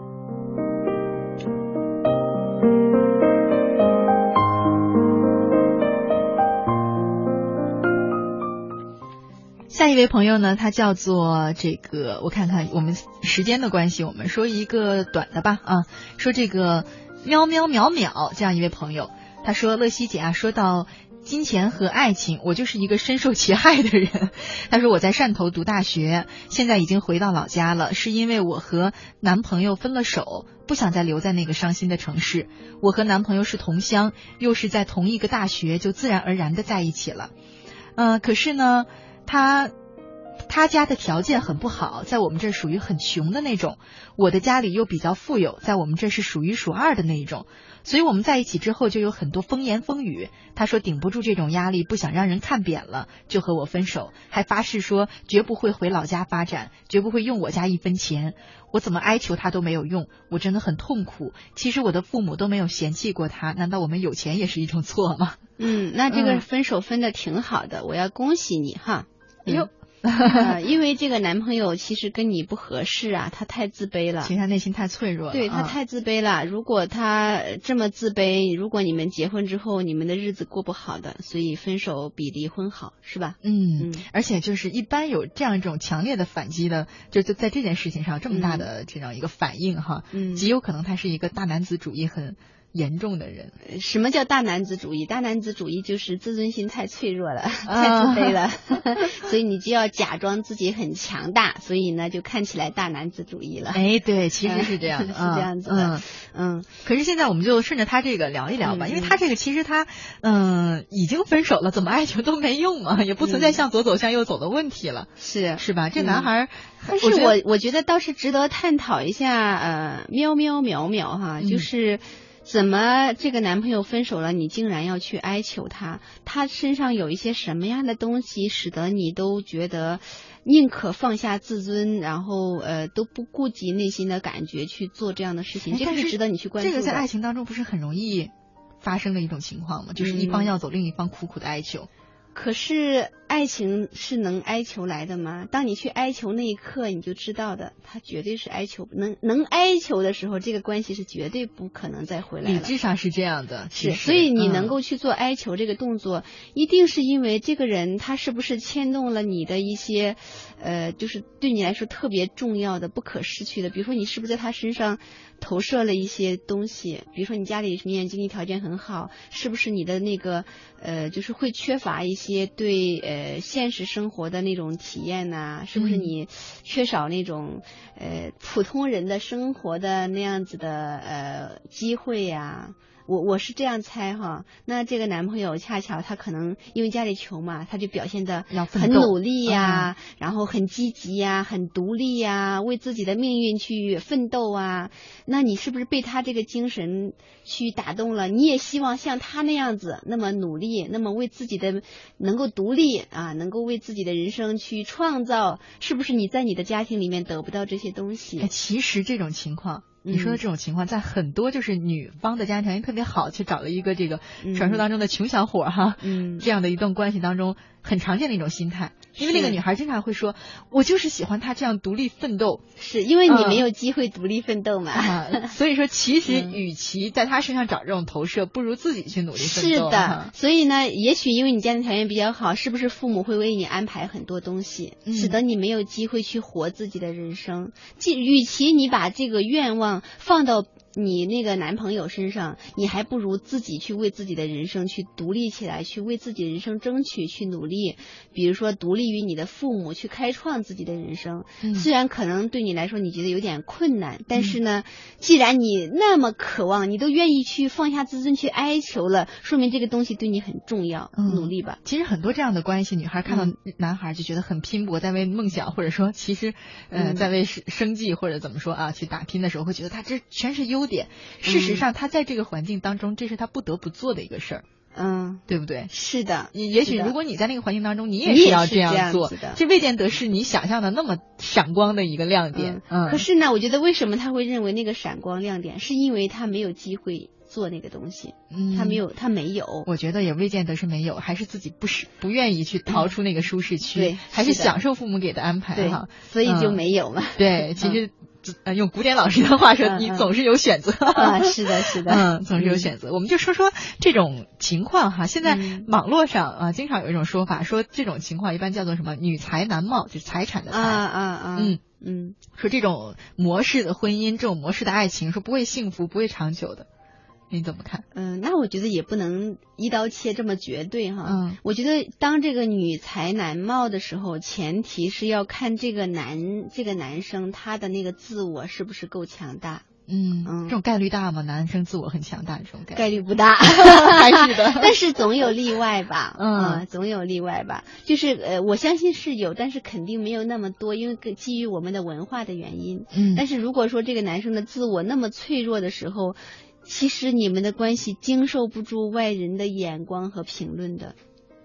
下一位朋友呢，他叫做我看看我们时间的关系，我们说一个短的吧啊，说这个喵喵淼淼这样一位朋友，他说乐西姐啊，说到金钱和爱情，我就是一个深受其害的人。他说我在汕头读大学，现在已经回到老家了，是因为我和男朋友分了手，不想再留在那个伤心的城市。我和男朋友是同乡，又是在同一个大学，就自然而然的在一起了。可是呢他家的条件很不好，在我们这儿属于很穷的那种，我的家里又比较富有，在我们这儿是数一数二的那种，所以我们在一起之后就有很多风言风语。他说顶不住这种压力，不想让人看扁了，就和我分手，还发誓说绝不会回老家发展，绝不会用我家一分钱。我怎么哀求他都没有用，我真的很痛苦。其实我的父母都没有嫌弃过他，难道我们有钱也是一种错吗？ 那这个分手分的挺好的，我要恭喜你哈。 因为这个男朋友其实跟你不合适啊，他太自卑了， 其实他内心太脆弱了， 对，他太自卑了。如果他这么自卑，如果你们结婚之后你们的日子过不好的，所以分手比离婚好，是吧？ 而且就是一般有这样一种强烈的反击的，就在这件事情上这么大的这样一个反应哈，极有可能他是一个大男子主义很严重的人。 什么叫大男子主义？大男子主义就是自尊心太脆弱了，太自卑了，所以你就要假装自己很强大，所以呢就看起来大男子主义了。 哎，对，其实是这样的， 是这样子的。 可是现在我们就顺着他这个聊一聊吧，因为他这个其实他已经分手了，怎么爱情都没用嘛，也不存在向左走向右走的问题了，是吧？这男孩， 但是我觉得倒是值得探讨一下，喵哈，就是怎么这个男朋友分手了，你竟然要去哀求他？他身上有一些什么样的东西，使得你都觉得宁可放下自尊，然后都不顾及内心的感觉去做这样的事情？这个是值得你去关注的。 这个在爱情当中不是很容易发生的一种情况吗？就是一方要走，另一方苦苦的哀求。 可是爱情是能哀求来的吗？当你去哀求那一刻，你就知道的，他绝对是哀求，能哀求的时候，这个关系是绝对不可能再回来了。 理智上是这样的， 是，所以你能够去做哀求这个动作，一定是因为这个人他是不是牵动了你的一些，就是对你来说特别重要的、不可失去的，比如说你是不是在他身上投射了一些东西，比如说你家里面经济条件很好，是不是你的那个就是会缺乏一些对现实生活的那种体验呐，是不是你缺少那种普通人的生活的那样子的机会呀？我是这样猜哈，那这个男朋友恰巧他可能因为家里穷嘛，他就表现得很努力呀，然后很积极呀，很独立呀，为自己的命运去奋斗啊。那你是不是被他这个精神去打动了？你也希望像他那样子那么努力，那么为自己的能够独立啊，能够为自己的人生去创造，是不是你在你的家庭里面得不到这些东西？ 其实这种情况你说的这种情况，在很多就是女方的家庭条件特别好，去找了一个这个传说当中的穷小伙哈，这样的一段关系当中很常见的一种心态。因为那个女孩经常会说，我就是喜欢他这样独立奋斗， 是因为你没有机会独立奋斗嘛。 所以说其实与其在他身上找这种投射，不如自己去努力奋斗。 是的，所以呢，也许因为你家庭条件比较好，是不是父母会为你安排很多东西，使得你没有机会去活自己的人生。与其你把这个愿望放到你那个男朋友身上，你还不如自己去为自己的人生去独立起来，去为自己的人生争取，去努力。比如说独立于你的父母，去开创自己的人生。虽然可能对你来说你觉得有点困难，但是呢，既然你那么渴望，你都愿意去放下自尊去哀求了，说明这个东西对你很重要。努力吧。 其实很多这样的关系，女孩看到男孩就觉得很拼搏，在为梦想，或者说其实在为生计或者怎么说啊去打拼的时候，会觉得他这全是优点。事实上他在这个环境当中，这是他不得不做的一个事儿。对不对？ 是的， 也许如果你在那个环境当中，你也是要这样做，这未见得是你想象的那么闪光的一个亮点。 可是呢，我觉得为什么他会认为那个闪光亮点，是因为他没有机会做那个东西。他没有。我觉得也未见得是没有，还是自己不愿意去逃出那个舒适区，还是享受父母给的安排哈， 所以就没有嘛。 对，其实。用古典老师的话说，你总是有选择。 是的， 总是有选择。我们就说这种情况哈，现在网络上经常有一种说法，说这种情况一般叫做什么女才男貌，就是财产的财。说这种模式的婚姻，这种模式的爱情，说不会幸福，不会长久的。你怎么看？ 那我觉得也不能一刀切这么绝对哈。我觉得当这个女才男貌的时候，前提是要看这个男生他的那个自我是不是够强大。 这种概率大吗？男生自我很强大，这种概率不大， 还是的。 但是总有例外吧。总有例外吧。就是我相信是有，但是肯定没有那么多，因为基于我们的文化的原因。但是如果说这个男生的自我那么脆弱的时候，其实你们的关系经受不住外人的眼光和评论的。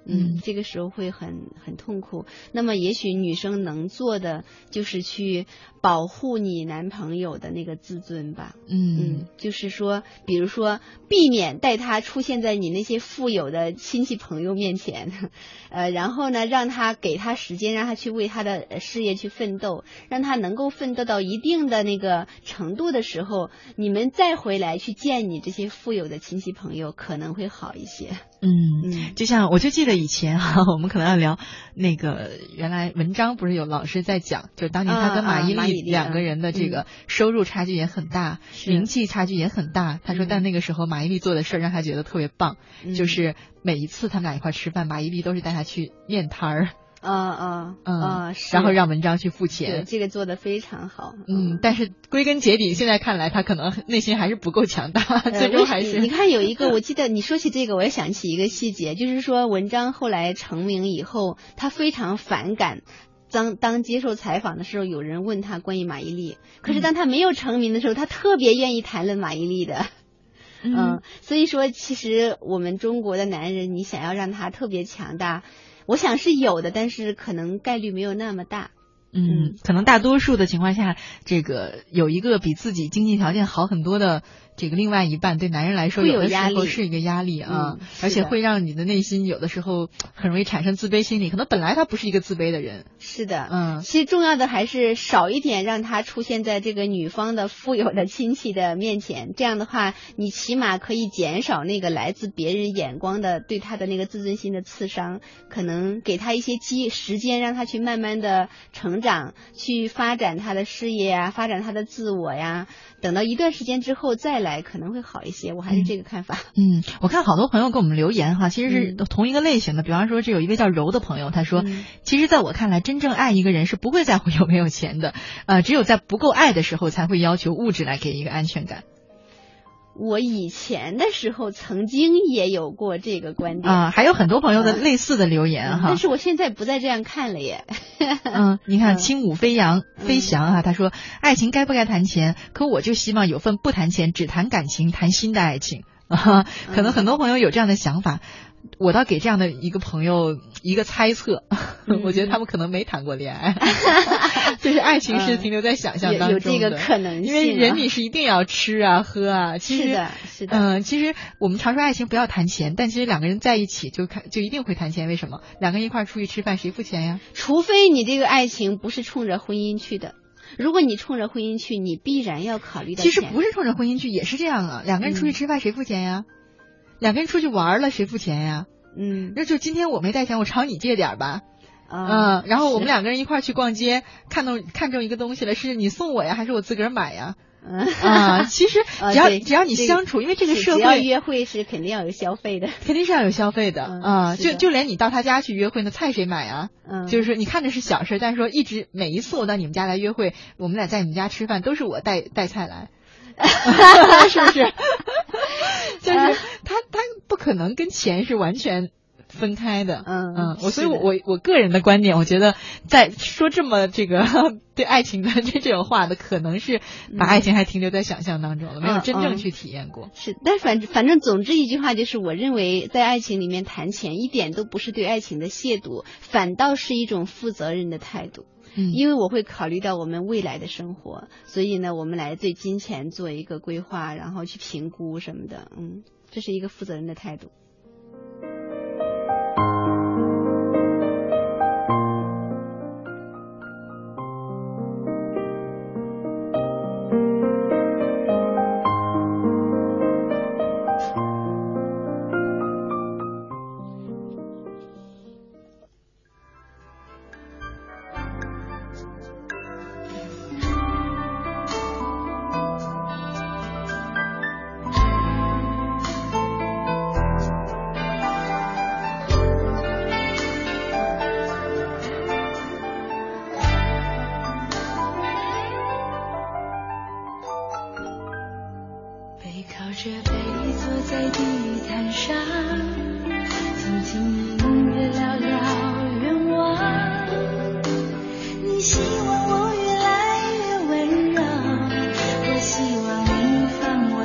这个时候会很痛苦。那么也许女生能做的就是去保护你男朋友的那个自尊吧。就是说，比如说避免带他出现在你那些富有的亲戚朋友面前，然后呢，给他时间，让他去为他的事业去奋斗，让他能够奋斗到一定的那个程度的时候，你们再回来去见你这些富有的亲戚朋友，可能会好一些。 就像我就记得以前我们可能要聊那个原来文章不是有老师在讲，就当年他跟马伊琍两个人的这个收入差距也很大，名气差距也很大。他说，但那个时候马伊琍做的事让他觉得特别棒，就是每一次他们俩一块吃饭，马伊琍都是带他去面摊儿。然后让文章去付钱， 对，这个做得非常好。 但是归根结底，现在看来他可能内心还是不够强大，最终还是。 你看有一个，我记得你说起这个，我也想起一个细节，就是说文章后来成名以后，他非常反感。当接受采访的时候，有人问他关于马伊琍，可是当他没有成名的时候，他特别愿意谈论马伊琍的。所以说，其实我们中国的男人，你想要让他特别强大，我想是有的，但是可能概率没有那么大。 可能大多数的情况下，这个有一个比自己经济条件好很多的这个另外一半，对男人来说有的时候是一个压力啊，而且会让你的内心有的时候很容易产生自卑心理。可能本来他不是一个自卑的人。 是的，其实重要的还是少一点让他出现在这个女方的富有的亲戚的面前，这样的话，你起码可以减少那个来自别人眼光的对他的那个自尊心的刺伤，可能给他一些时间，让他去慢慢的成长，去发展他的事业呀，发展他的自我呀，等到一段时间之后再来可能会好一些，我还是这个看法。 我看好多朋友给我们留言其实是同一个类型的，比方说这有一位叫柔的朋友，他说，其实在我看来，真正爱一个人是不会在乎有没有钱的，只有在不够爱的时候才会要求物质来给一个安全感。 我以前的时候曾经也有过这个观点还有很多朋友的类似的留言但是我现在不再这样看了耶。 你看轻舞飞翔他说，爱情该不该谈钱？可我就希望有份不谈钱只谈感情谈心的爱情可能很多朋友有这样的想法，我倒给这样的一个朋友一个猜测，我觉得他们可能没谈过恋爱就是爱情是停留在想象当中的， 有这个可能性因为人你是一定要吃啊喝啊，其实是的其实我们常说爱情不要谈钱，但其实两个人在一起就一定会谈钱。为什么？两个人一块出去吃饭谁付钱呀？ 除非你这个爱情不是冲着婚姻去的，如果你冲着婚姻去，你必然要考虑到钱。 其实不是冲着婚姻去也是这样啊，两个人出去吃饭谁付钱呀？两个人出去玩了谁付钱呀？那就今天我没带钱，我朝你借点吧。然后我们两个人一块去逛街，看中一个东西了，是你送我呀，还是我自个儿买呀？其实只要你相处，因为这个社会，只要约会是肯定要有消费的， 肯定是要有消费的就连你到他家去约会，那菜谁买啊？就是说你看着是小事，但是说每一次我到你们家来约会，我们俩在你们家吃饭，都是我带菜来。是不是？就是他不可能跟钱是完全分开的。所以我个人的观点，我觉得在说这么这个对爱情的这种话的，可能是把爱情还停留在想象当中了，没有真正去体验过。 是，但反正总之一句话就是，我认为在爱情里面谈钱一点都不是对爱情的亵渎，反倒是一种负责任的态度。因为我会考虑到我们未来的生活，所以呢，我们来对金钱做一个规划，然后去评估什么的。这是一个负责任的态度。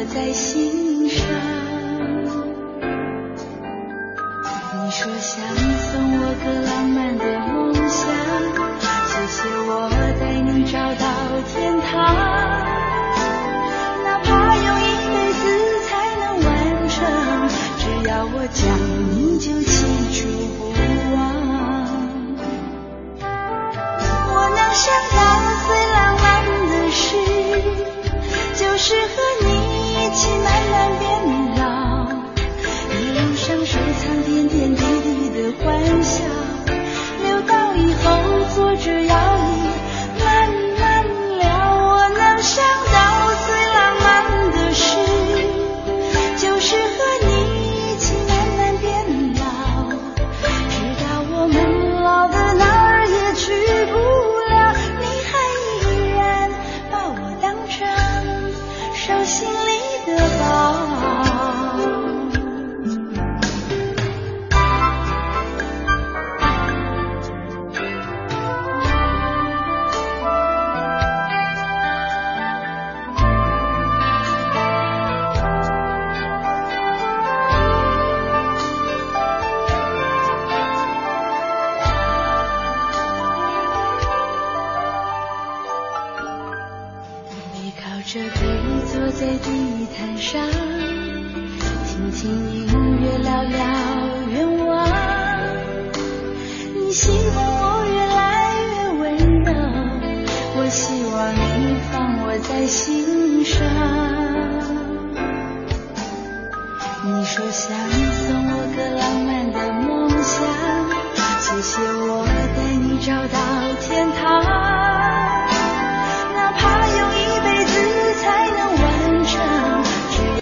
说想我讲，你就记住不忘。我能想到最浪漫的事，就是和你一起慢慢变老，一路上收藏点点滴滴的欢笑，留到以后坐着摇椅慢慢聊。我能想到最浪漫的事，就是和你一起慢慢变老，直到我们老的哪儿也去不了，你还依然把我当成手心里的宝。这背坐在地毯上，听听音乐，聊聊愿望。你希望我越来越温柔，我希望你放我在心上。你说想送我个浪漫的梦想，谢谢我带你找到